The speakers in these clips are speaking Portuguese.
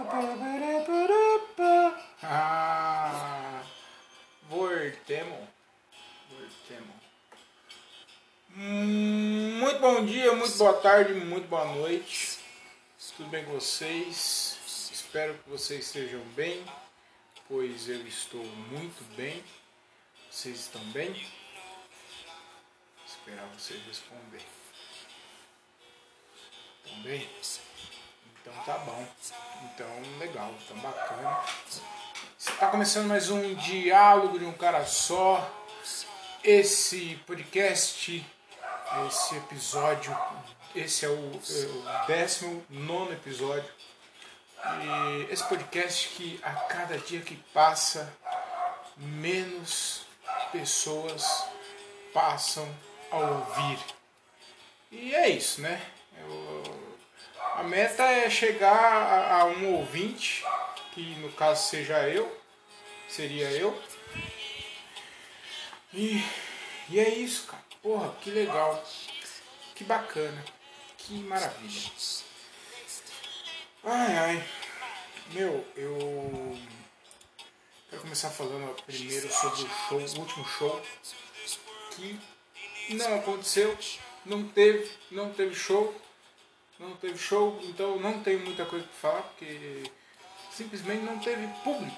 Ah, Vortemo. Muito bom dia, muito boa tarde, muito boa noite. Tudo bem com vocês? Espero que vocês estejam bem, pois eu estou muito bem. Vocês estão bem? Esperar vocês responder. Estão bem? Então tá bom. Então legal, então bacana. Está começando mais um diálogo de um cara só. Esse podcast, esse episódio, esse é o 19º episódio. E esse podcast que a cada dia que passa, menos pessoas passam a ouvir. E é isso, né? A meta é chegar a um ouvinte, que no caso seria eu. E é isso, cara. Porra, que legal. Que bacana. Que maravilha. Ai. Meu, eu quero começar falando primeiro sobre o show, o último show. Que não aconteceu. Não teve show. Então não tenho muita coisa para falar, porque simplesmente não teve público.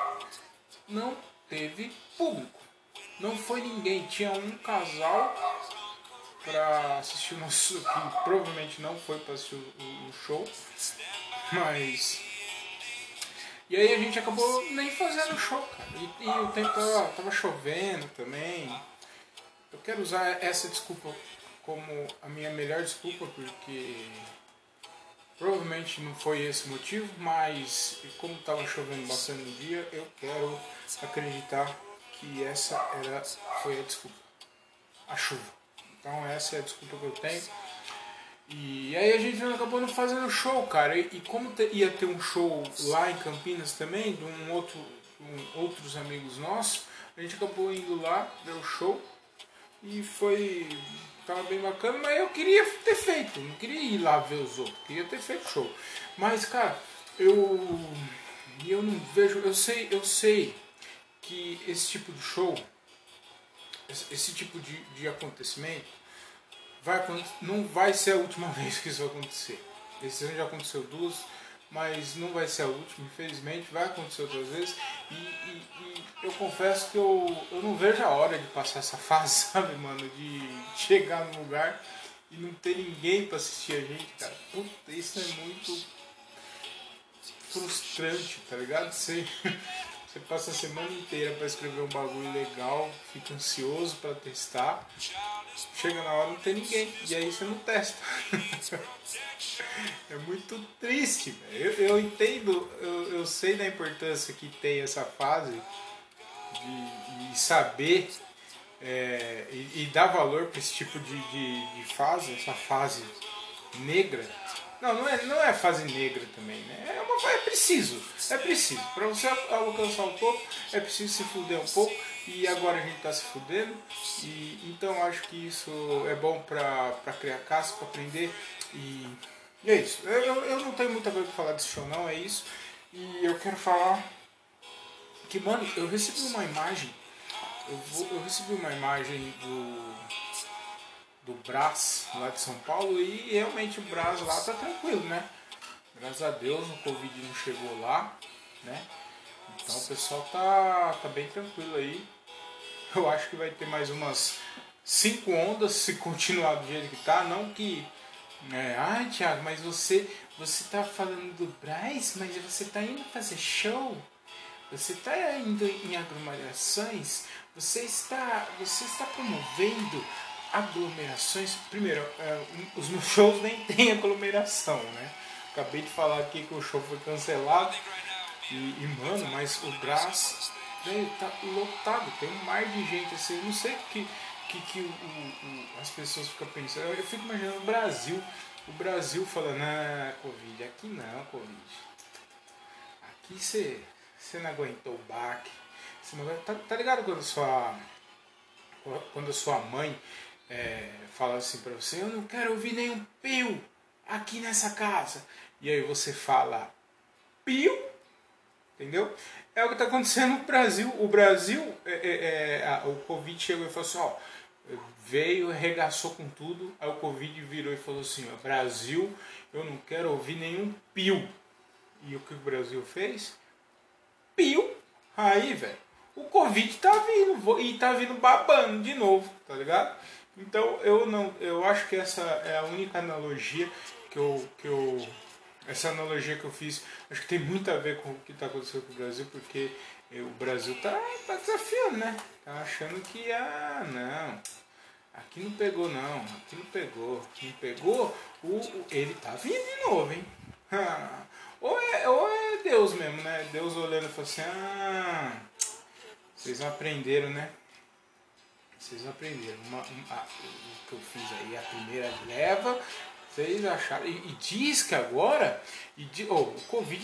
Não foi ninguém. Tinha um casal para assistir o nosso, que provavelmente não foi para assistir o show, mas e aí a gente acabou nem fazendo show, cara. E o tempo tava chovendo também. Eu quero usar essa desculpa como a minha melhor desculpa, porque provavelmente não foi esse o motivo, mas como estava chovendo bastante no dia, eu quero acreditar que essa foi a desculpa. A chuva. Então essa é a desculpa que eu tenho. E aí a gente acabou não fazendo show, cara. E como ia ter um show lá em Campinas também, de outros amigos nossos, a gente acabou indo lá ver o show. E tava bem bacana, mas eu queria ter feito, não queria ir lá ver os outros, queria ter feito show. Mas, cara, eu não vejo, eu sei que esse tipo de show, esse tipo de acontecimento, não vai ser a última vez que isso vai acontecer. Esse ano já aconteceu duas, mas não vai ser a última, infelizmente, vai acontecer outras vezes. E eu confesso que eu não vejo a hora de passar essa fase, sabe, mano? De chegar num lugar e não ter ninguém pra assistir a gente, cara. Puta, isso é muito frustrante, tá ligado? Você passa a semana inteira pra escrever um bagulho legal, fica ansioso pra testar. Chega na hora não tem ninguém, e aí você não testa. É muito triste, velho. Eu entendo, eu sei da importância que tem essa fase de saber e dar valor para esse tipo de fase, essa fase negra. Não é fase negra também, né? É preciso. Para você alcançar o topo, é preciso se fuder um pouco. E agora a gente está se fudendo. E então acho que isso é bom para criar casca, para aprender. E é isso. Eu não tenho muita coisa para falar desse show, não. É isso. E eu quero falar que, mano, eu recebi uma imagem. Eu recebi uma imagem do Brás, lá de São Paulo, e realmente o Brás lá tá tranquilo, né? Graças a Deus o Covid não chegou lá, né? Então o pessoal tá bem tranquilo aí. Eu acho que vai ter mais umas 5 ondas se continuar do jeito que tá. Não que... ai, Thiago, mas você tá falando do Brás, mas você tá indo fazer show? Você está indo em aglomerações? Você está promovendo aglomerações? Primeiro, os meus shows nem tem aglomeração, né? Acabei de falar aqui que o show foi cancelado. Mano, mas o Brás tá lotado, tem um mar de gente assim. Eu não sei o que as pessoas ficam pensando. Eu fico imaginando o Brasil falando, Covid, aqui não, Covid. Aqui você não aguentou o baque. Tá ligado quando a sua mãe fala assim pra você, eu não quero ouvir nenhum pio aqui nessa casa. E aí você fala, pio, entendeu? É o que está acontecendo no Brasil. O Brasil, o Covid chegou e falou assim, ó, veio, arregaçou com tudo, aí o Covid virou e falou assim, ó, Brasil, eu não quero ouvir nenhum pio. E o que o Brasil fez? Pio. Aí, velho, o Covid tá vindo, e tá vindo babando de novo, tá ligado? Então eu acho que essa é a única analogia essa analogia que eu fiz, acho que tem muito a ver com o que está acontecendo com o Brasil, porque o Brasil tá desafiando, né? Tá achando que, não, aqui não pegou não, aqui não pegou, não pegou, ele tá vindo de novo, hein? Ou é Deus mesmo, né? Deus olhando e falando assim, vocês não aprenderam, né? Vocês não aprenderam. O que eu fiz aí, a primeira leva, vocês acharam. E diz que agora. O Covid,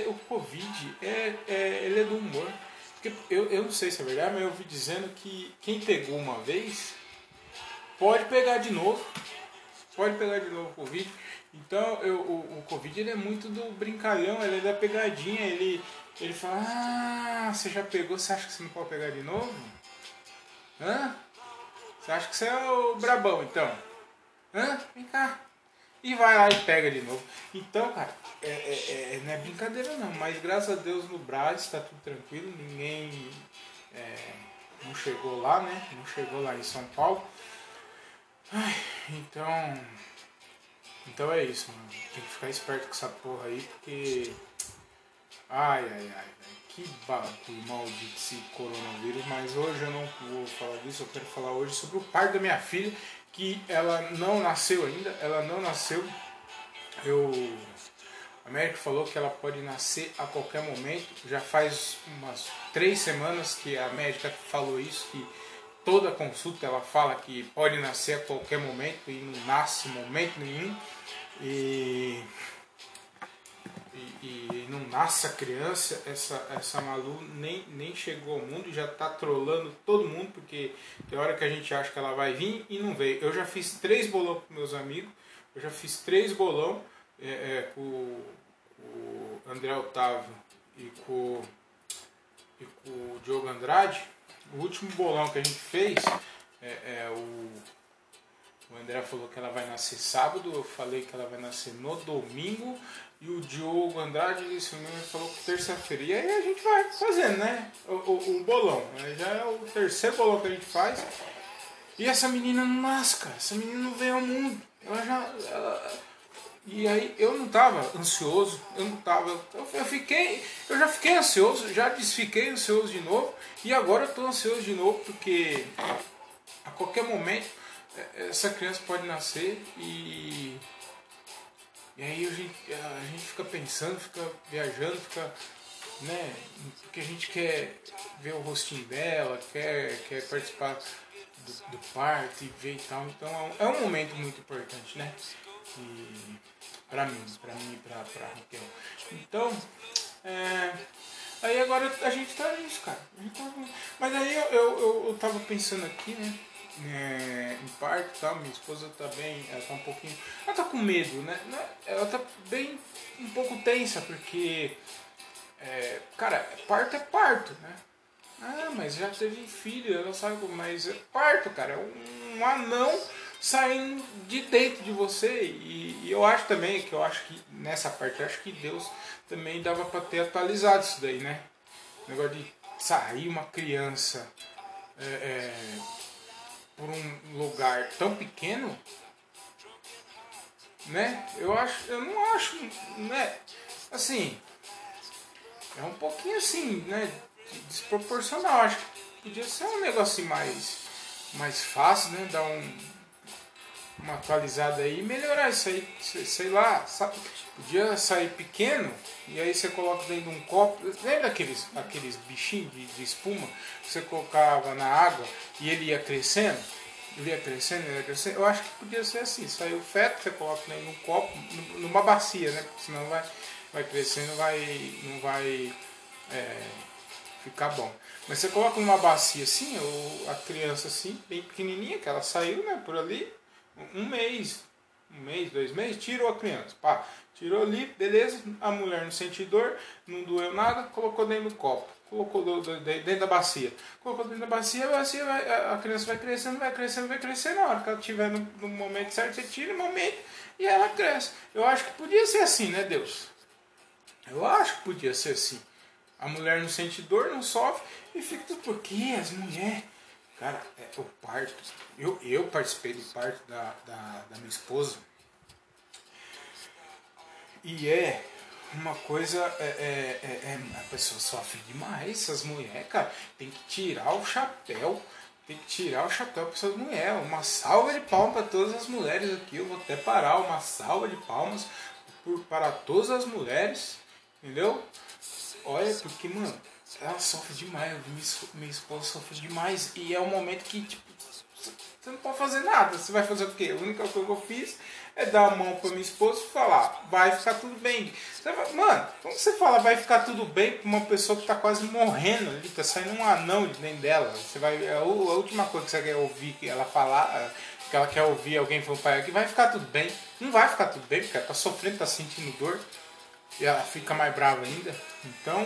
ele é do humor. Porque eu não sei se é verdade, mas eu ouvi dizendo que quem pegou uma vez pode pegar de novo. Pode pegar de novo o Covid. Então o Covid ele é muito do brincalhão, ele é da pegadinha. Ele fala, você já pegou, você acha que você não pode pegar de novo? Hã? Você acha que você é o brabão, então? Hã? Vem cá. E vai lá e pega de novo. Então, cara, não é brincadeira não. Mas graças a Deus no Brás está tudo tranquilo. Ninguém não chegou lá, né? Não chegou lá em São Paulo. Então é isso, mano. Tem que ficar esperto com essa porra aí, porque... Ai, velho. Que bagulho maldito esse coronavírus. Mas hoje eu não vou falar disso. Eu quero falar hoje sobre o parto da minha filha, que ela não nasceu ainda. Ela não nasceu. A médica falou que ela pode nascer a qualquer momento. Já faz umas 3 semanas que a médica falou isso, que toda consulta ela fala que pode nascer a qualquer momento e não nasce em momento nenhum. E não nasce a criança, essa Malu nem chegou ao mundo e já tá trolando todo mundo, porque tem hora que a gente acha que ela vai vir e não veio. Eu já fiz 3 bolão com meus amigos, eu já fiz 3 bolão com o André Otávio e com o Diogo Andrade. O último bolão que a gente fez, o André falou que ela vai nascer sábado, eu falei que ela vai nascer no domingo, e o Diogo Andrade disse falou que terça-feira. E aí a gente vai fazendo, né? O bolão. Já é o terceiro bolão que a gente faz. E essa menina não nasce, cara. Essa menina não veio ao mundo. E aí eu não tava ansioso, eu não tava. Eu já fiquei ansioso, já desfiquei ansioso de novo. E agora eu tô ansioso de novo, porque a qualquer momento essa criança pode nascer e aí a gente fica pensando, fica viajando, né? Porque a gente quer ver o rostinho dela, quer participar do parto e ver e tal. Então é um momento muito importante, né? E pra mim e pra Raquel. Então, aí agora a gente tá nisso, cara. Mas aí eu tava pensando aqui, né? Em parto e tal, minha esposa tá bem, ela tá um pouquinho. Ela tá com medo, né? Ela tá bem um pouco tensa, porque cara, parto é parto, né? Mas já teve filho, ela sabe como, mas é parto, cara, é um anão saindo de dentro de você. E eu acho também, que nessa parte, eu acho que Deus também dava pra ter atualizado isso daí, né? O negócio de sair uma criança por um lugar tão pequeno, né? Eu não acho, né? Assim, é um pouquinho assim, né? Desproporcional. Acho que podia ser um negócio mais fácil, né? Dar uma atualizada aí e melhorar isso aí, sei lá, podia sair pequeno e aí você coloca dentro de um copo. Lembra aqueles bichinhos de espuma que você colocava na água e ele ia crescendo? Ele ia crescendo. Eu acho que podia ser assim, saiu o feto, você coloca dentro de um copo, numa bacia, né? Porque senão vai crescendo, não vai ficar bom. Mas você coloca numa bacia assim, ou a criança assim, bem pequenininha, que ela saiu, né, por ali, um mês, um mês, 2 meses, tirou a criança. Pá, tirou ali, beleza, a mulher não sente dor, não doeu nada, colocou dentro do copo. Colocou dentro da bacia. Colocou dentro da bacia, a criança vai crescendo, vai crescendo, vai crescendo. Na hora que ela estiver no momento certo, você tira o momento e ela cresce. Eu acho que podia ser assim, né, Deus? Eu acho que podia ser assim. A mulher não sente dor, não sofre e fica tudo. Porque as mulheres. Cara, o parto. Eu participei do parto da minha esposa. E uma coisa. A pessoa sofre demais. Essas mulheres, cara, tem que tirar o chapéu. Tem que tirar o chapéu para essas mulheres. Uma salva de palmas para todas as mulheres aqui. Eu vou até parar. Uma salva de palmas para todas as mulheres. Entendeu? Olha, porque, mano, ela sofre demais. Minha esposa sofre demais. E é um momento que, tipo, você não pode fazer nada. Você vai fazer o quê? A única coisa que eu fiz é dar a mão pra minha esposa e falar, vai ficar tudo bem. Mano, como você fala vai ficar tudo bem pra uma pessoa que tá quase morrendo ali, tá saindo um anão de dentro dela? Você vai, a última coisa que você quer ouvir que ela falar, que ela quer ouvir alguém falando pra ela que vai ficar tudo bem. Não vai ficar tudo bem, porque ela tá sofrendo, tá sentindo dor. E ela fica mais brava ainda. Então,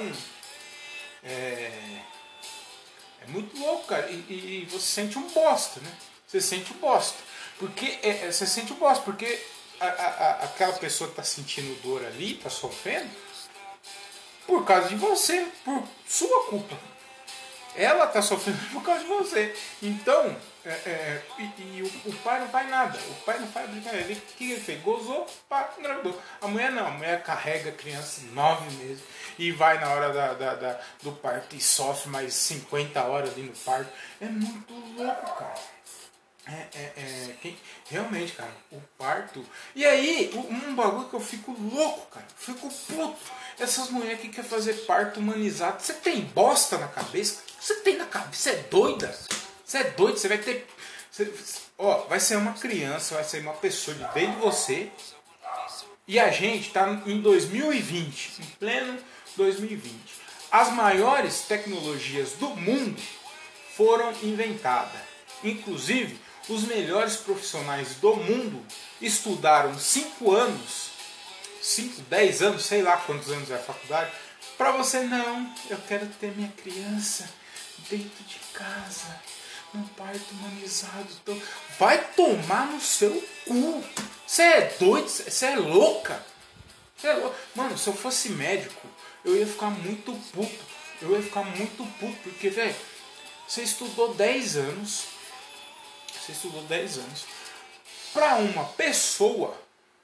é muito louco, cara. E você sente um bosta, né? Você sente um bosta. Porque você sente um bosta, porque aquela pessoa que tá sentindo dor ali, tá sofrendo, por causa de você, por sua culpa. Ela tá sofrendo por causa de você. Então, o pai não faz nada. O pai não faz brincadeira. O que ele fez? Gozou, pá, engravidou. A mulher não. A mulher carrega a criança 9 meses e vai na hora do parto e sofre mais 50 horas ali no parto. É muito louco, cara. Realmente, cara, o parto. E aí, um bagulho que eu fico louco, cara. Fico puto. Essas mulheres que querem fazer parto humanizado. Você tem bosta na cabeça? O que você tem na cabeça? Você é doida? Você é doido? Você vai ter. Vai ser uma criança, vai ser uma pessoa de dentro de você. E a gente tá em 2020, em pleno 2020. As maiores tecnologias do mundo foram inventadas. Inclusive, os melhores profissionais do mundo estudaram 5 anos, 5, 10 anos, sei lá quantos anos é a faculdade, para você não, eu quero ter minha criança dentro de casa, num parto humanizado. Então, vai tomar no seu cu. Você é doido? Você é louca? Você é louca? Mano, se eu fosse médico, eu ia ficar muito puto. Eu ia ficar muito puto, porque, velho, você estudou 10 anos. Você estudou 10 anos para uma pessoa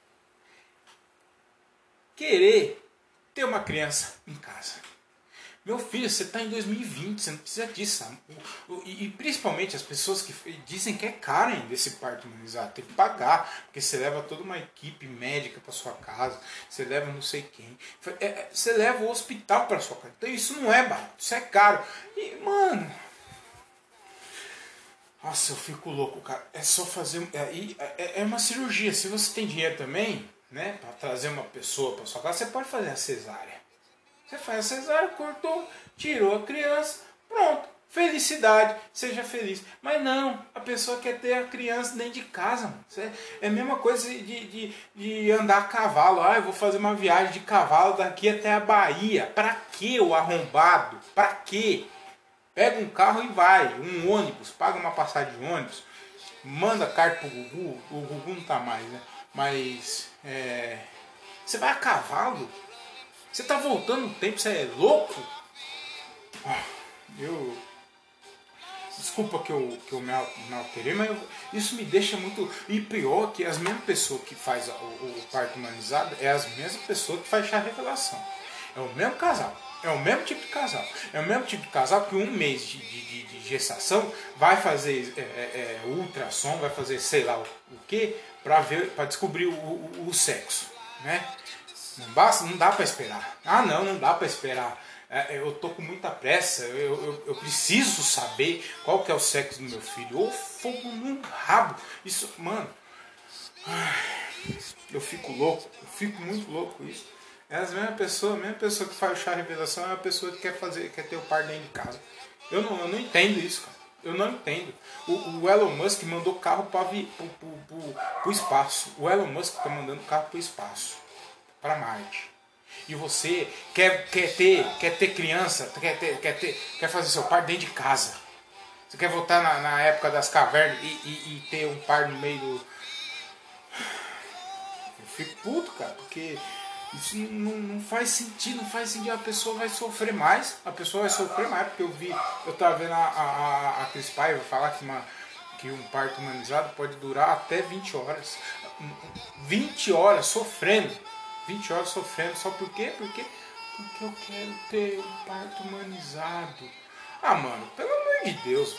querer ter uma criança em casa. Meu filho, você está em 2020, você não precisa disso. E principalmente as pessoas que dizem que é caro ainda esse parto humanizado. Tem que pagar, porque você leva toda uma equipe médica para sua casa, você leva não sei quem, você leva o hospital para sua casa. Então isso não é barato, isso é caro. E, mano, nossa, eu fico louco, cara. É só fazer. É uma cirurgia. Se você tem dinheiro também, né, para trazer uma pessoa para sua casa, você pode fazer a cesárea. Você faz a cesárea, cortou, tirou a criança, pronto. Felicidade, seja feliz. Mas não, a pessoa quer ter a criança dentro de casa. Mano. É a mesma coisa de andar a cavalo. Ah, eu vou fazer uma viagem de cavalo daqui até a Bahia. Pra que o arrombado? Pra quê? Pega um carro e vai, um ônibus, paga uma passagem de ônibus, manda carta pro Gugu, o Gugu não tá mais, né? Mas você vai a cavalo? Você tá voltando no tempo, você é louco? Desculpa que eu me alterei, mas isso me deixa muito. E pior que as mesmas pessoas que faz o parto humanizado é as mesmas pessoas que faz chá revelação. É o mesmo casal. É o mesmo tipo de casal. É o mesmo tipo de casal que um mês de gestação vai fazer ultrassom, vai fazer sei lá o que, para descobrir o sexo. Né? Não dá para esperar. Ah não dá para esperar. Eu tô com muita pressa, eu preciso saber qual que é o sexo do meu filho. Ou fogo no rabo. Isso, mano. Eu fico louco, eu fico muito louco com isso. É a mesma pessoa que faz o chá revelação é a pessoa que quer ter o par dentro de casa. Eu não entendo isso, cara. Eu não entendo. O Elon Musk mandou carro para o espaço. O Elon Musk está mandando carro para o espaço, para Marte. E você quer ter criança, quer fazer seu par dentro de casa. Você quer voltar na época das cavernas e ter um par no meio do... Eu fico puto, cara, porque isso não faz sentido, não faz sentido. A pessoa vai sofrer mais, porque eu tava vendo a Cris Paiva falar que um parto humanizado pode durar até 20 horas. 20 horas sofrendo. 20 horas sofrendo, só por quê? Porque eu quero ter um parto humanizado. Ah, mano, pelo amor de Deus.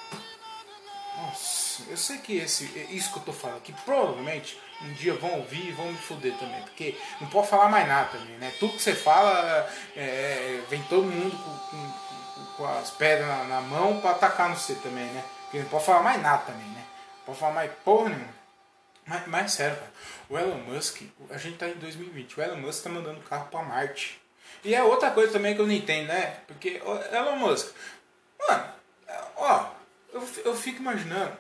Nossa, eu sei que isso que eu tô falando aqui, provavelmente um dia vão ouvir e vão me foder também, porque não pode falar mais nada também, né? Tudo que você fala, vem todo mundo com as pedras na mão pra atacar no você também, né? Porque não pode falar mais nada também, né? Não pode falar mais porra nenhuma. Mas sério, cara, o Elon Musk, a gente tá em 2020, o Elon Musk tá mandando carro pra Marte. E é outra coisa também que eu não entendo, né? Porque o Elon Musk, mano, ó, eu fico imaginando.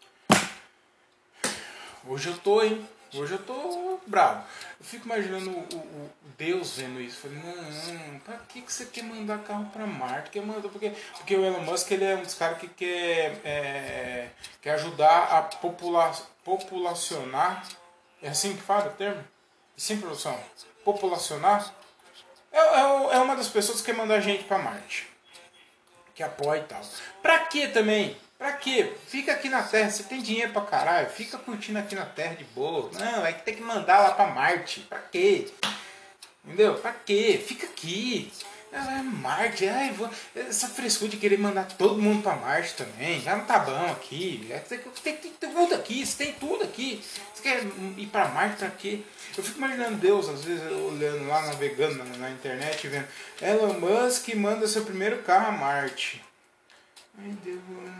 Hoje eu tô, hein? Hoje eu tô bravo. Eu fico imaginando o Deus vendo isso. Falei, não, pra que você quer mandar carro pra Marte? Porque o Elon Musk ele é um dos caras que quer ajudar a populacionar. É assim que fala o termo? Sim, produção. Populacionar. É uma das pessoas que quer mandar gente pra Marte. Que apoia e tal. Pra que também? Pra quê? Fica aqui na Terra, você tem dinheiro pra caralho, fica curtindo aqui na Terra de boa. Não, é que tem que mandar lá pra Marte. Pra quê? Entendeu? Pra quê? Fica aqui. Marte, essa frescura de querer mandar todo mundo pra Marte também. Já não tá bom aqui. Tem tudo aqui, você tem tudo aqui. Você quer ir pra Marte pra quê? Eu fico imaginando Deus, às vezes, olhando lá, navegando na internet e vendo Elon Musk manda seu primeiro carro a Marte. Ai, Deus.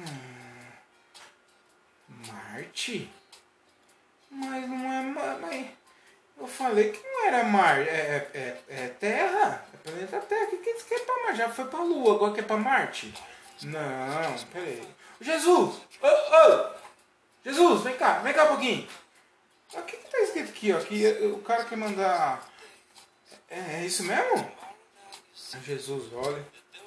Marte? Mas não é. Mas eu falei que não era Marte. É Terra? É planeta Terra. O que é pra Marte? Já foi pra Lua, agora que é pra Marte? Não, peraí. Jesus! Jesus, vem cá um pouquinho. O que tá escrito aqui, ó? Que o cara quer mandar. É isso mesmo? Jesus, olha.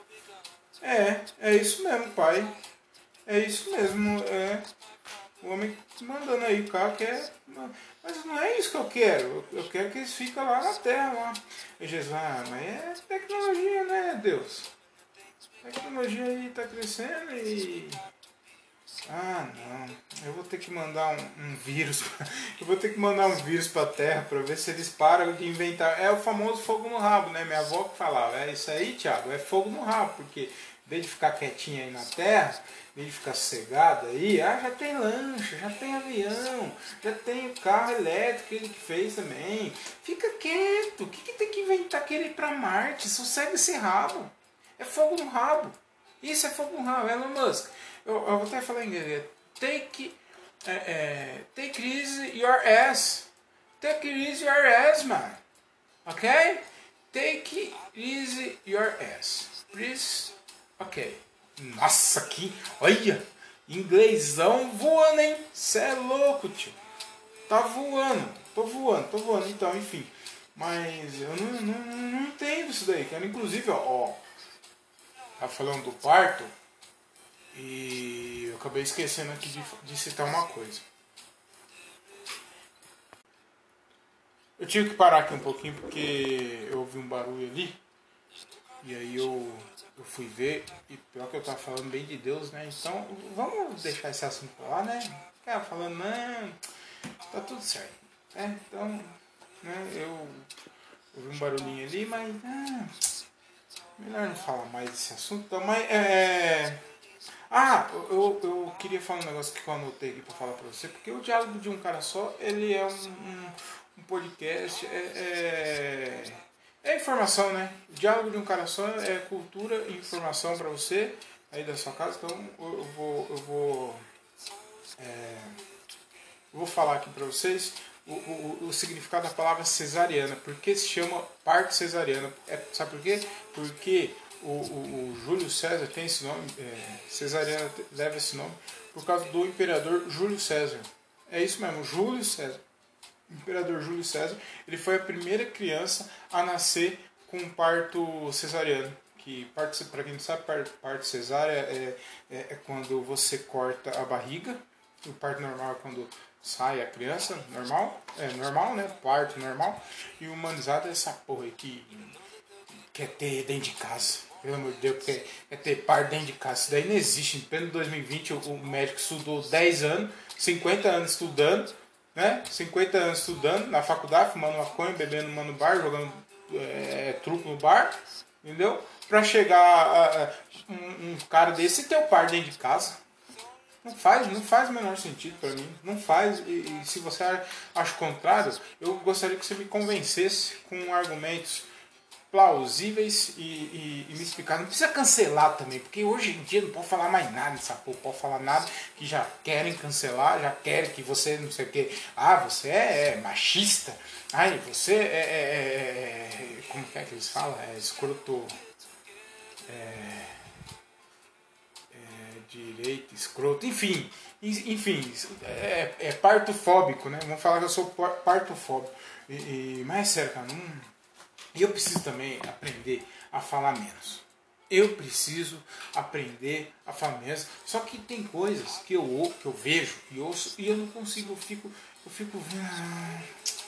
É isso mesmo, pai. É isso mesmo, o homem mandando aí, o cara quer. Mas não é isso que eu quero. Eu quero que eles fiquem lá na terra. Lá. E Jesus, mas é tecnologia, né, Deus? A tecnologia aí tá crescendo e. Ah, não. Eu vou ter que mandar um vírus. Eu vou ter que mandar um vírus pra terra pra ver se eles param de inventar. É o famoso fogo no rabo, né? Minha avó que falava. É isso aí, Thiago. É fogo no rabo. Porque desde de ficar quietinho aí na terra, desde de ficar sossegado aí, já tem lancha, já tem avião, já tem o carro elétrico ele que fez também. Fica quieto. O que tem que inventar querer ir pra Marte? Sossega esse rabo. É fogo no rabo. Isso é fogo no rabo. Elon Musk. Eu vou até falar em inglês. Take easy your ass. Take easy your ass, man. Ok? Take easy your ass. Please. Ok. Nossa, que. Olha! Inglêsão voando, hein? Cê é louco, tio. Tá voando. Tô voando. Então, enfim. Mas eu não entendo isso daí, cara. Inclusive, ó. Tá falando do parto. E eu acabei esquecendo aqui de citar uma coisa. Eu tive que parar aqui um pouquinho porque eu ouvi um barulho ali. E aí eu fui ver. E pior que eu tava falando bem de Deus, né? Então vamos deixar esse assunto pra lá, né? Ficava falando, não, tá tudo certo. Então, né, eu ouvi um barulhinho ali, mas melhor não falar mais desse assunto. Então, mas eu queria falar um negócio que eu anotei aqui pra falar pra você, porque o Diálogo de um Cara Só, ele é um podcast, é informação, né? O Diálogo de um Cara Só é cultura e informação pra você aí da sua casa, então eu vou falar aqui pra vocês o significado da palavra cesariana, porque se chama parto cesariana. Sabe por quê? Porque o Júlio César tem esse nome, cesariana leva esse nome por causa do imperador Júlio César. É isso mesmo, Júlio César. O imperador Júlio César, ele foi a primeira criança a nascer com parto cesariano. Que parte, para quem não sabe, parto cesárea é quando você corta a barriga. O parto normal é quando sai a criança, normal, normal, né? Parto normal. E o humanizado é essa porra aí que quer ter dentro de casa. Pelo amor de Deus, quer ter parto dentro de casa. Isso daí não existe. Em pleno 2020, o médico estudou 10 anos, 50 anos estudando, né? 50 anos estudando na faculdade, fumando maconha, bebendo uma no bar, jogando truco no bar, entendeu? Pra chegar um cara desse e ter o parto dentro de casa. Não faz o menor sentido para mim. Não faz. E se você acha o contrário, eu gostaria que você me convencesse com argumentos plausíveis e me explicar. Não precisa cancelar também, porque hoje em dia não pode falar mais nada nessa porra, não pode falar nada que já querem cancelar, já querem que você não sei o que. Ah, você é machista. Ai, você como que eles falam? Escroto. Direito, escroto, enfim, partofóbico, né? Vamos falar que eu sou partofóbico. Mas é sério, cara, eu preciso também aprender a falar menos. Eu preciso aprender a falar menos. Só que tem coisas que eu vejo e ouço e eu não consigo, eu fico vendo.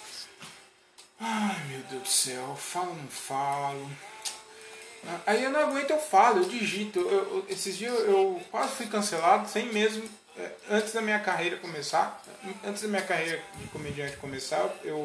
Ai meu Deus do céu, eu falo ou não falo? Aí eu não aguento, eu falo, eu digito. Esses dias eu quase fui cancelado, sem mesmo. Antes da minha carreira começar, antes da minha carreira de comediante começar,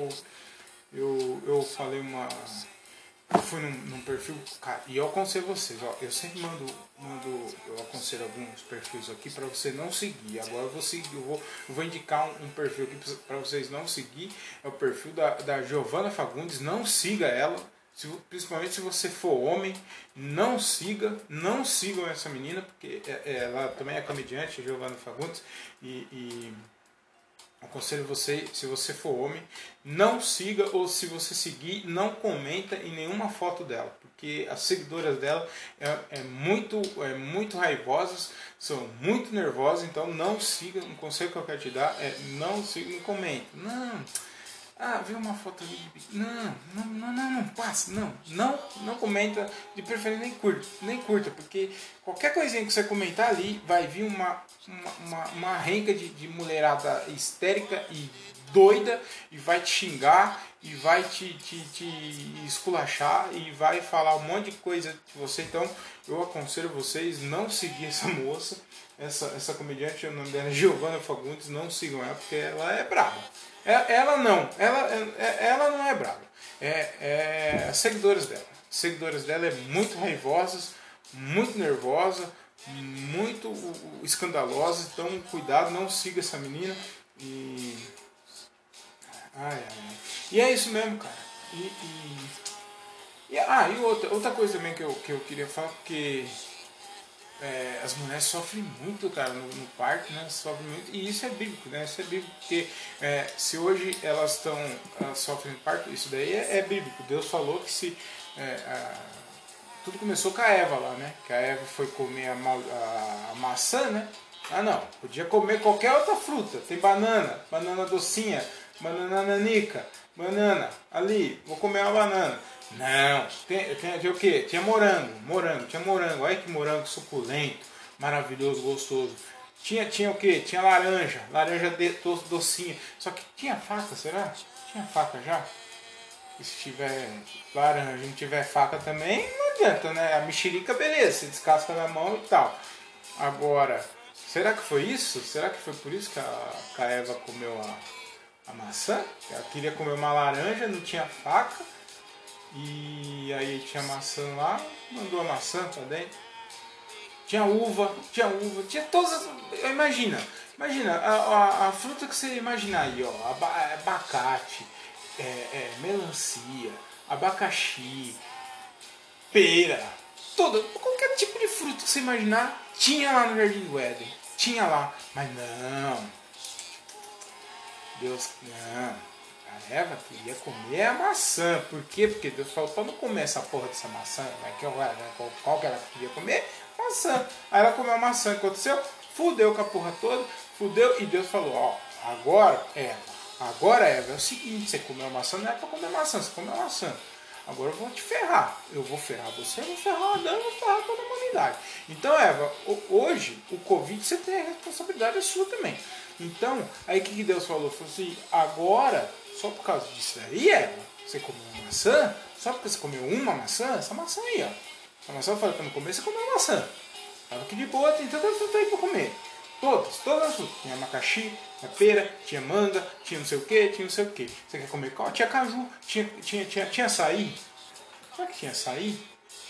eu falei uma. Eu fui num perfil, cara, e eu aconselho vocês, ó, eu sempre eu aconselho alguns perfis aqui para você não seguir. Agora eu vou seguir, eu vou indicar um perfil aqui para vocês não seguir. É o perfil da Giovana Fagundes, não siga ela. Principalmente se você for homem, não sigam essa menina, porque ela também é comediante, Giovana Fagundes, e aconselho você, se você for homem, não siga, ou se você seguir, não comenta em nenhuma foto dela, porque as seguidoras dela é muito raivosas, são muito nervosas, então não siga. Um conselho que eu quero te dar é não siga, não comente. Não. Ah, viu uma foto ali de biquíni. Não passa, não comenta, de preferência nem curta, porque qualquer coisinha que você comentar ali vai vir uma renca de mulherada histérica e doida e vai te xingar e vai te esculachar e vai falar um monte de coisa de você. Então eu aconselho vocês não seguir essa moça, essa comediante, o nome dela é Giovana Fagundes, não sigam ela porque ela é braba. Ela não é brava. As seguidoras dela. As seguidoras dela é muito raivosas, muito nervosa, muito escandalosa. Então cuidado, não siga essa menina. E é isso mesmo, cara. E outra coisa também que eu queria falar, porque as mulheres sofrem muito, cara, no parto, né? Sofrem muito, e isso é bíblico, né? Isso é bíblico, porque se hoje elas sofrem parto, isso daí é bíblico. Deus falou que se tudo começou com a Eva lá, né? Que a Eva foi comer a maçã, né? Ah, não, podia comer qualquer outra fruta. Tem banana docinha, banana nanica, banana ali, vou comer uma banana. Não, tinha o quê? Tinha morango. Olha que morango suculento, maravilhoso, gostoso. Tinha o quê? Tinha laranja docinha. Só que tinha faca, será? Tinha faca já? E se tiver laranja e não tiver faca também, não adianta, né? A mexerica, beleza, você descasca na mão e tal. Agora, será que foi isso? Será que foi por isso que a Eva comeu a maçã? Ela queria comer uma laranja, não tinha faca. E aí tinha maçã lá, mandou a maçã pra dentro. Tinha uva, tinha todas as. Imagina a fruta que você imaginar aí, ó. Abacate, melancia, abacaxi, pera, qualquer tipo de fruta que você imaginar, tinha lá no Jardim do Éden. Tinha lá, mas não. Deus, não. A Eva queria comer a maçã. Por quê? Porque Deus falou para não comer essa porra dessa maçã. Qual que ela queria comer? Maçã. Aí ela comeu a maçã. O que aconteceu? Fudeu com a porra toda. Fudeu. E Deus falou, ó, agora Eva, é o seguinte, você comeu a maçã, não é para comer maçã, você comeu a maçã. Agora eu vou te ferrar. Eu vou ferrar você, eu vou ferrar o Adão, eu vou ferrar toda a humanidade. Então, Eva, hoje, o Covid, você tem a responsabilidade sua também. Então, aí o que Deus falou? Falou assim, agora, só por causa disso daí, Eva, você comeu uma maçã, só porque você comeu uma maçã, essa maçã aí, ó. A maçã eu falei pra não comer, você comeu uma maçã. Tava aqui de boa, tem tantas frutas aí pra comer. Todas as frutas. Tinha macaxi, tinha pera, tinha manga, tinha não sei o que, tinha não sei o que. Você quer comer qual? Tinha caju, tinha açaí. Será que tinha açaí?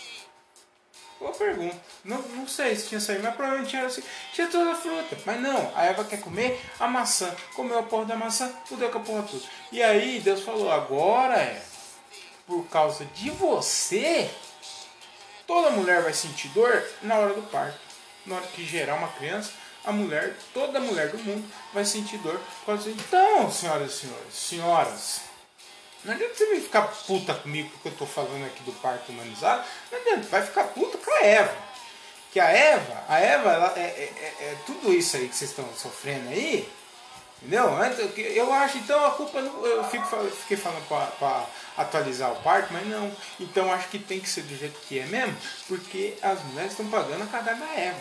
Boa pergunta. Não sei se tinha açaí, mas provavelmente tinha toda a fruta. Mas não, a Eva quer comer a maçã. Comeu a porra da maçã, fudeu com a porra toda. E aí Deus falou, agora por causa de você, toda mulher vai sentir dor na hora do parto. Na hora que gerar uma criança, toda mulher do mundo vai sentir dor. Então, senhoras, não adianta você vir ficar puta comigo porque eu estou falando aqui do parto humanizado. Não adianta, vai ficar puta com a Eva. Que a Eva ela é tudo isso aí que vocês estão sofrendo aí. Entendeu? Eu acho, então a culpa. Eu fiquei falando para atualizar o parto, mas não. Então acho que tem que ser do jeito que é mesmo, porque as mulheres estão pagando a cagada da Eva.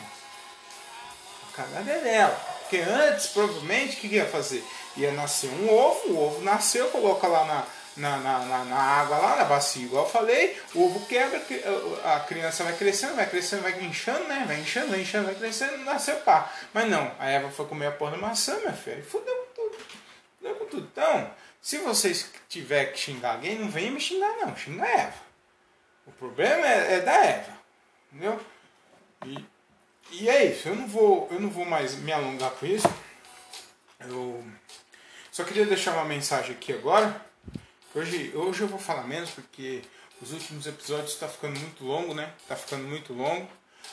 A cagada é dela. Porque antes, provavelmente, o que ia fazer? Ia nascer um ovo, o ovo nasceu, coloca lá na água, lá na bacia, igual eu falei, o ovo quebra, a criança vai crescendo, vai inchando, né? Vai inchando, vai crescendo, nasceu pá. Mas não, a Eva foi comer a porra da maçã, minha filha, e fudeu com tudo. Fudeu com tudo. Então, se vocês tiverem que xingar alguém, não venha me xingar não, xinga a Eva. O problema é da Eva, entendeu? E é isso, eu não vou mais me alongar com isso. Eu só queria deixar uma mensagem aqui agora. Hoje eu vou falar menos porque os últimos episódios estão ficando muito longo, né? Tá ficando muito longo.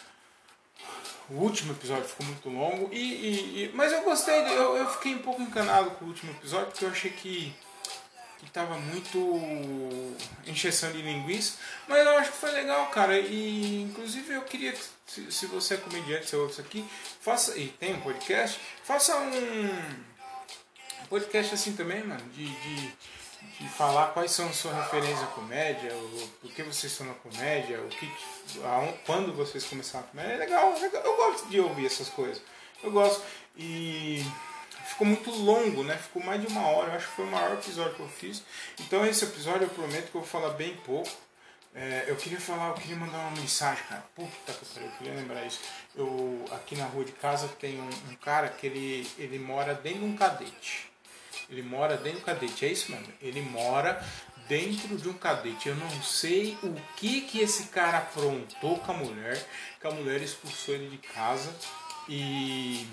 O último episódio ficou muito longo. Mas eu gostei, eu fiquei um pouco encanado com o último episódio porque eu achei que tava muito encheção de linguiça. Mas eu acho que foi legal, cara. E inclusive eu queria que se você é comediante, se ouve isso aqui, faça. E tem um podcast, faça um podcast assim também, mano, de falar quais são a sua referência à comédia, por que vocês estão na comédia, quando vocês começaram a comédia. É legal, eu gosto de ouvir essas coisas. Eu gosto. E ficou muito longo, né? Ficou mais de 1 hora, eu acho que foi o maior episódio que eu fiz. Então esse episódio eu prometo que eu vou falar bem pouco. Eu queria mandar uma mensagem, cara. Puta que pariu, eu queria lembrar isso. Aqui na rua de casa tem um cara que ele mora dentro de um cadete. Ele mora dentro do cadete, é isso mesmo? Ele mora dentro de um cadete. Eu não sei o que esse cara aprontou com a mulher, que a mulher expulsou ele de casa. E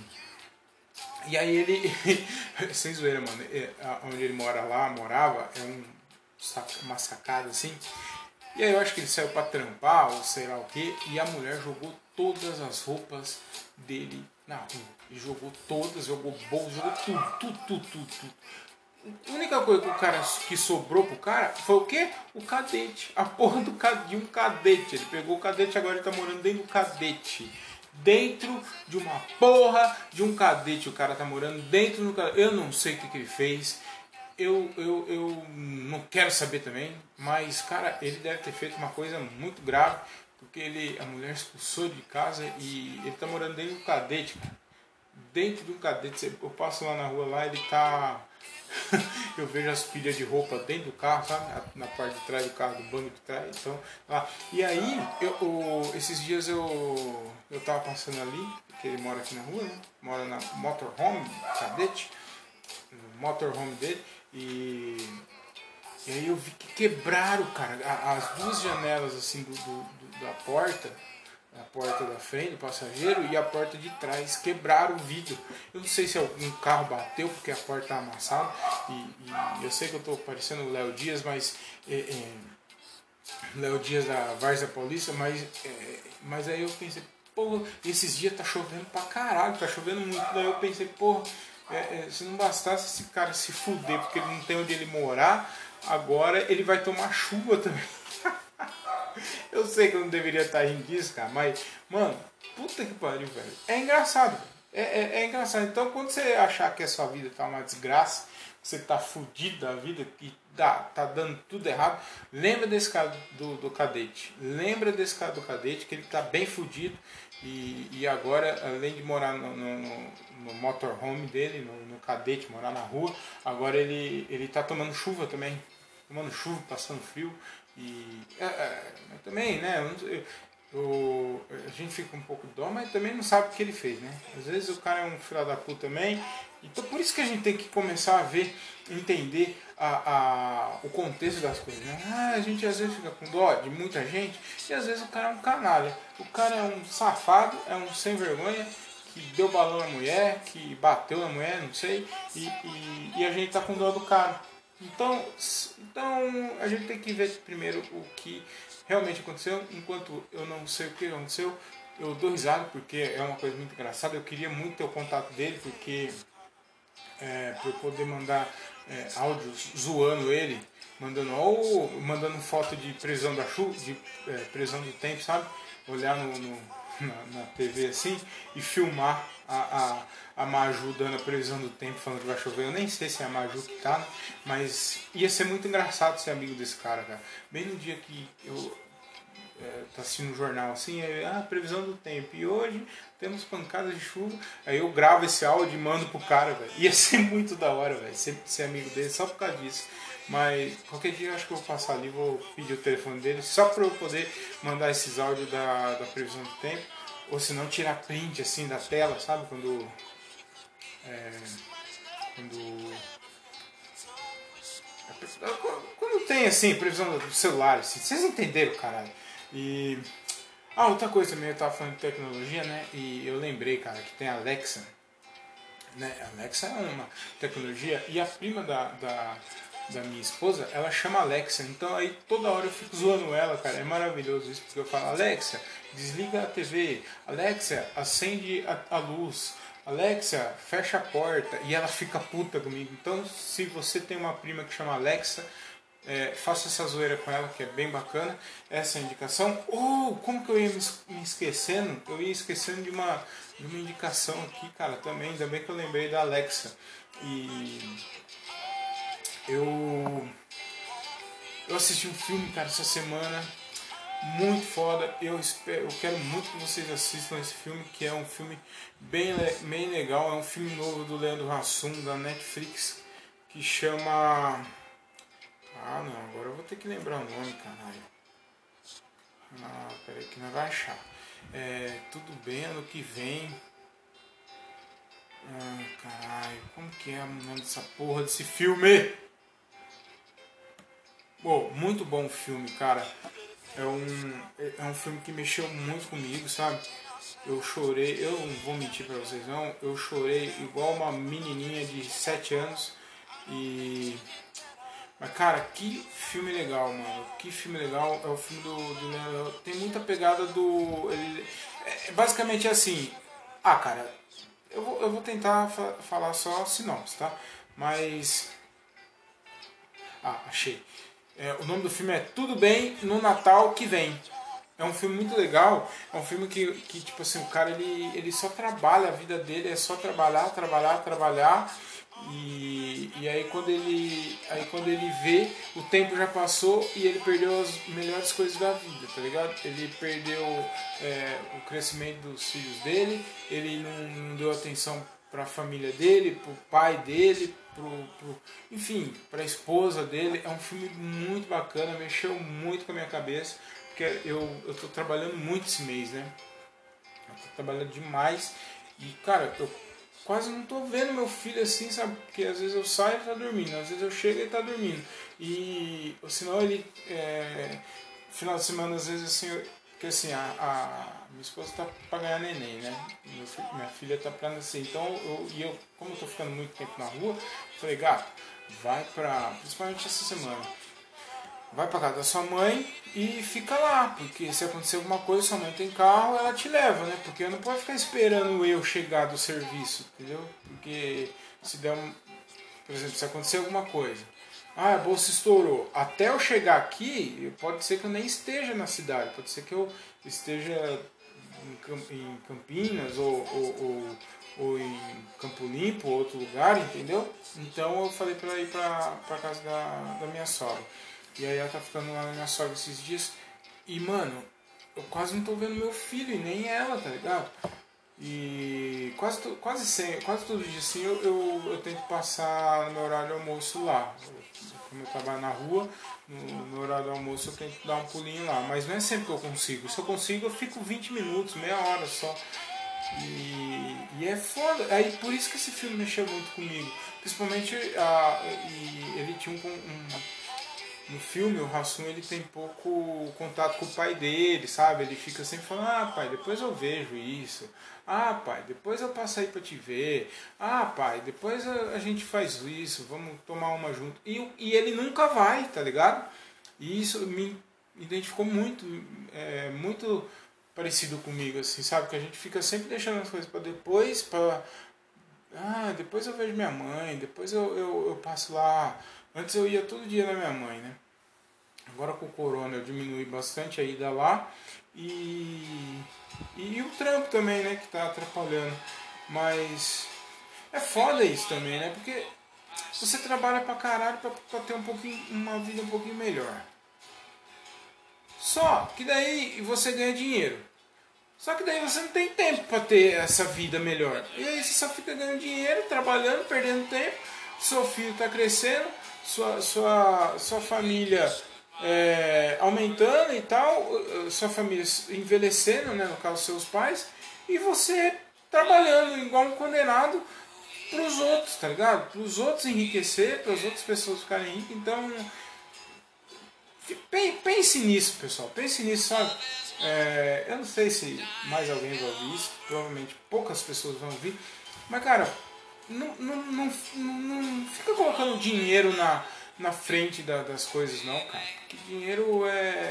aí ele, sem zoeira, mano, onde ele morava, uma sacada assim. E aí eu acho que ele saiu pra trampar, ou sei lá o que, e a mulher jogou todas as roupas dele na rua. E jogou todas, jogou bolsa, jogou tudo. A única coisa que sobrou pro cara foi o quê? O cadete. A porra de um cadete. Ele pegou o cadete, agora ele tá morando dentro do cadete. Dentro de uma porra de um cadete. O cara tá morando dentro do cadete. Eu não sei o que ele fez. Eu não quero saber também. Mas, cara, ele deve ter feito uma coisa muito grave. Porque a mulher expulsou de casa e ele tá morando dentro do cadete, cara. Dentro de um cadete. Eu passo lá na rua lá, ele tá... eu vejo as pilhas de roupa dentro do carro, sabe? Na parte de trás do carro, do banco de trás. Então, lá. E aí, esses dias eu tava passando ali, porque ele mora aqui na rua, né? Mora na motorhome, cadete, no motorhome dele. E aí eu vi que quebraram, cara, as duas janelas assim da porta. A porta da frente do passageiro e a porta de trás quebraram o vidro. Eu não sei se algum carro bateu porque a porta está amassada. E eu sei que eu estou parecendo o Léo Dias, mas Léo Dias da Várzea Paulista, mas aí eu pensei, pô, esses dias tá chovendo pra caralho, tá chovendo muito. Daí eu pensei, pô, Se não bastasse esse cara se fuder porque ele não tem onde ele morar, agora ele vai tomar chuva também. Eu sei que eu não deveria estar rindo disso, cara, mas, mano, puta que pariu, velho. É engraçado, velho. É engraçado. Então, quando você achar que a sua vida tá uma desgraça, você tá fudido da vida, que tá dando tudo errado, lembra desse cara do cadete. Lembra desse cara do cadete, que ele tá bem fudido. E agora, além de morar no motorhome dele, no cadete, morar na rua, agora ele tá tomando chuva também. Tomando chuva, passando frio. E também, né? A gente fica um pouco dó, mas também não sabe o que ele fez, né? Às vezes o cara é um filho da puta também. Então por isso que a gente tem que começar a ver, entender o contexto das coisas, né? A gente às vezes fica com dó de muita gente e às vezes o cara é um canalha. O cara é um safado, é um sem vergonha, que deu balão na mulher, que bateu na mulher, não sei, e a gente tá com dó do cara. Então a gente tem que ver primeiro o que realmente aconteceu. Enquanto eu não sei o que aconteceu, eu dou risada porque é uma coisa muito engraçada. Eu queria muito ter o contato dele porque para eu poder mandar áudios zoando ele, mandando foto de previsão da chuva, de previsão do tempo, sabe? Olhar na TV assim e filmar a Maju dando a previsão do tempo, falando que vai chover. Eu nem sei se é a Maju que tá, né? Mas ia ser muito engraçado ser amigo desse cara, cara. Bem no dia que eu tá assistindo um jornal assim, previsão do tempo. E hoje temos pancadas de chuva. Aí eu gravo esse áudio e mando pro cara, velho. Ia ser muito da hora, velho, ser amigo dele só por causa disso. Mas qualquer dia eu acho que eu vou passar ali, vou pedir o telefone dele só pra eu poder mandar esses áudios da previsão do tempo. Ou se não, tirar print assim da tela, sabe? Quando tem assim, previsão do celular, assim, vocês entenderam, caralho. E. Outra coisa também, eu tava falando de tecnologia, né? E eu lembrei, cara, que tem a Alexa. Né? A Alexa é uma tecnologia e a prima da minha esposa, ela chama Alexa. Então aí toda hora eu fico zoando ela, cara. É maravilhoso isso, porque eu falo, Alexa, desliga a TV. Alexa, acende a luz. Alexa, fecha a porta. E ela fica puta comigo. Então, se você tem uma prima que chama Alexa, faça essa zoeira com ela, que é bem bacana. Essa é a indicação. Como que eu ia me esquecendo? Eu ia esquecendo de uma indicação aqui, cara, também. Ainda bem que eu lembrei da Alexa. E eu assisti um filme, cara, essa semana. Muito foda. Eu quero muito que vocês assistam esse filme, que é um filme bem legal. É um filme novo do Leandro Hassum, da Netflix, que chama... não, agora eu vou ter que lembrar o nome, caralho. Peraí que não vai achar. Tudo bem, ano que vem. Caralho, como que é o nome dessa porra desse filme? Muito bom filme, cara. É um filme que mexeu muito comigo, sabe? Eu chorei, eu não vou mentir pra vocês não, eu chorei igual uma menininha de 7 anos. Mas cara, que filme legal, mano. Que filme legal. É o filme do tem muita pegada do... basicamente assim... cara, eu vou tentar falar só a sinopse, tá? Mas... achei. O nome do filme é Tudo Bem no Natal que Vem. É um filme muito legal. É um filme que tipo assim, o cara ele só trabalha, a vida dele é só trabalhar. E aí quando ele vê, o tempo já passou e ele perdeu as melhores coisas da vida, tá ligado? Ele perdeu o crescimento dos filhos dele, ele não deu atenção para a família dele, pro pai dele, enfim, para a esposa dele. É um filme muito bacana, mexeu muito com a minha cabeça, porque eu tô trabalhando muito esse mês, né? Eu tô trabalhando demais e, cara, eu quase não tô vendo meu filho assim, sabe? Porque às vezes eu saio e ele tá dormindo, às vezes eu chego e ele tá dormindo. Ou senão ele... final de semana, às vezes assim... Porque assim, a minha esposa tá pra ganhar neném, né? Minha filha tá pra nascer. Então, como eu tô ficando muito tempo na rua, falei, gato, vai pra... Principalmente essa semana. Vai pra casa da sua mãe e fica lá, porque se acontecer alguma coisa, sua mãe tem carro, ela te leva, né? Porque não pode ficar esperando eu chegar do serviço, entendeu? Porque se der por exemplo, se acontecer alguma coisa, a bolsa estourou, até eu chegar aqui, pode ser que eu nem esteja na cidade, pode ser que eu esteja em Campinas ou em Campo Limpo, outro lugar, entendeu? Então eu falei pra ela ir pra casa da minha sogra. E aí ela tá ficando lá na minha sogra esses dias. E mano, eu quase não tô vendo meu filho e nem ela, tá ligado? E quase todo dia assim eu tento passar no meu horário de almoço lá. Como eu trabalho na rua, no meu horário de almoço eu tento dar um pulinho lá. Mas não é sempre que eu consigo. Se eu consigo, eu fico 20 minutos, meia hora só. E é foda. Aí por isso que esse filme mexeu muito comigo. Principalmente e ele tinha no filme, o Hassum, ele tem pouco contato com o pai dele, sabe? Ele fica sempre falando, ah pai, depois eu vejo isso. Ah pai, depois eu passo aí pra te ver. Ah pai, depois a gente faz isso, vamos tomar uma junto. E ele nunca vai, tá ligado? E isso me identificou muito, muito parecido comigo, assim, sabe? Que a gente fica sempre deixando as coisas pra depois, depois eu vejo minha mãe, depois eu passo lá. Antes eu ia todo dia na minha mãe, né? Agora com o corona eu diminui bastante a ida lá e o trampo também, né? Que tá atrapalhando. Mas é foda isso também, né? Porque você trabalha pra caralho pra ter uma vida um pouquinho melhor. Só que daí você ganha dinheiro. Só que daí você não tem tempo pra ter essa vida melhor. E aí você só fica ganhando dinheiro, trabalhando, perdendo tempo. Seu filho tá crescendo, sua família aumentando e tal, sua família envelhecendo, né, no caso seus pais, e você trabalhando igual um condenado pros outros, tá ligado? Pros outros enriquecer, para as outras pessoas ficarem ricas. Então, pense nisso, pessoal. Pense nisso, sabe? Eu não sei se mais alguém vai ouvir isso. Provavelmente poucas pessoas vão ouvir. Mas, cara, não fica colocando dinheiro na frente das coisas, não, cara. Porque dinheiro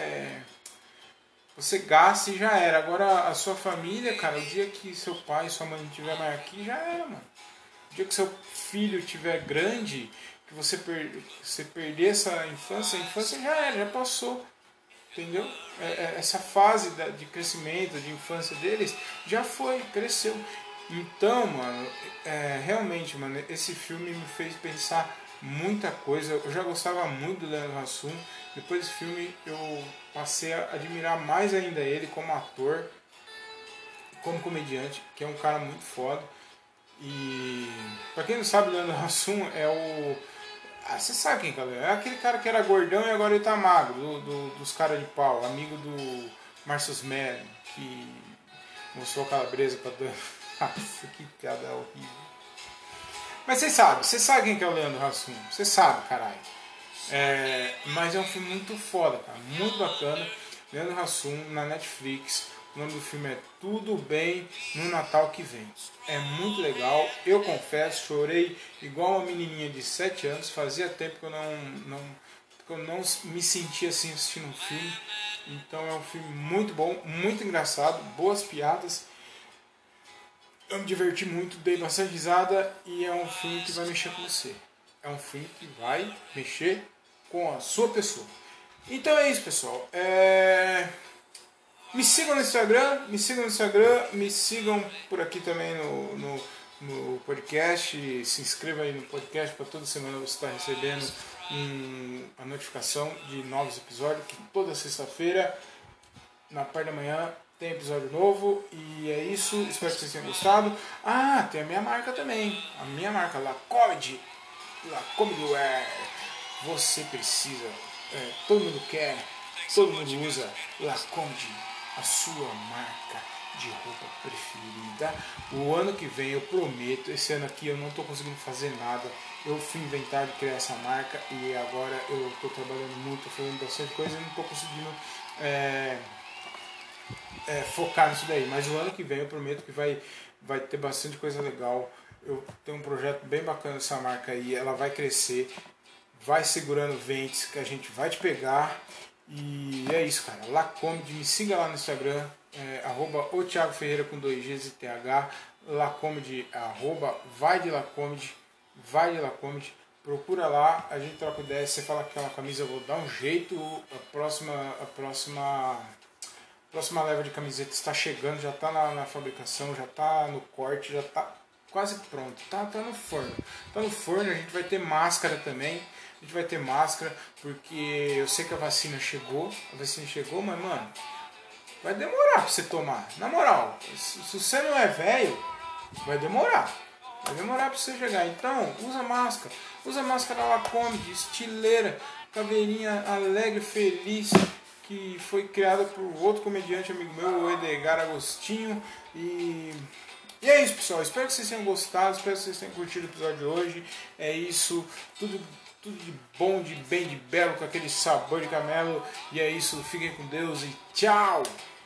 você gasta e já era. Agora, a sua família, cara, o dia que seu pai e sua mãe não estiver mais aqui, já era, mano. O dia que seu filho estiver grande, que você perder essa infância, a infância já era, já passou. Entendeu? Essa fase de crescimento, de infância deles, já foi, cresceu. Então, mano, realmente, mano, esse filme me fez pensar muita coisa. Eu já gostava muito do Leandro Hassum. Depois desse filme eu passei a admirar mais ainda ele como ator, como comediante, que é um cara muito foda. E pra quem não sabe, o Leandro Hassum é o. Você sabe quem, cara? É aquele cara que era gordão e agora ele tá magro, dos caras de pau, amigo do Marcus Mann, que mostrou a calabresa pra Dan. Nossa, que piada horrível. Mas vocês sabem quem que é o Leandro Hassum, você sabe, caralho. Mas é um filme muito foda, cara, muito bacana. Leandro Hassum na Netflix. O nome do filme é Tudo Bem no Natal que Vem. É muito legal, eu confesso, chorei igual uma menininha de 7 anos. Fazia tempo que eu não me sentia assim assistindo um filme. Então é um filme muito bom, muito engraçado, boas piadas. Eu me diverti muito, dei bastante risada e é um filme que vai mexer com você. É um filme que vai mexer com a sua pessoa. Então é isso, pessoal. Me sigam no Instagram, me sigam por aqui também no podcast. Se inscreva aí no podcast para toda semana você estar recebendo a notificação de novos episódios, que toda sexta-feira, na parte da manhã, tem episódio novo. E é isso, espero que vocês tenham gostado. Tem a minha marca também, a minha marca Lacomedy, Lacomedy Wear. Você precisa, todo mundo quer, todo mundo usa Lacomedy, a sua marca de roupa preferida. O ano que vem eu prometo, esse ano aqui eu não estou conseguindo fazer nada. Eu fui inventar de criar essa marca e agora eu estou trabalhando muito, estou fazendo bastante coisa e não estou conseguindo focar nisso daí. Mas o ano que vem eu prometo que vai ter bastante coisa legal. Eu tenho um projeto bem bacana dessa marca aí, ela vai crescer, vai segurando ventos que a gente vai te pegar. E é isso, cara. Lacomedy, me siga lá no Instagram, @o Thiago Ferreira com 2 Gs e TH. Lacomedy, @vai de Lacomedy. vai de Lacoste, procura lá, a gente troca ideia, você fala que é uma camisa, eu vou dar um jeito, a próxima leva de camisetas está chegando, já está na fabricação, já está no corte, já está quase pronto, tá no forno. Tá no forno, a gente vai ter máscara também. A gente vai ter máscara, porque eu sei que a vacina chegou, mas mano, vai demorar pra você tomar. Na moral, se você não é velho, vai demorar. Vai demorar pra você chegar. Então, usa máscara. Usa máscara Lacoste, estileira, caveirinha alegre, feliz, que foi criada por outro comediante amigo meu, o Edgar Agostinho. E é isso, pessoal. Espero que vocês tenham gostado, espero que vocês tenham curtido o episódio de hoje. É isso, tudo de bom, de bem, de belo, com aquele sabor de camelo. E é isso, fiquem com Deus e tchau!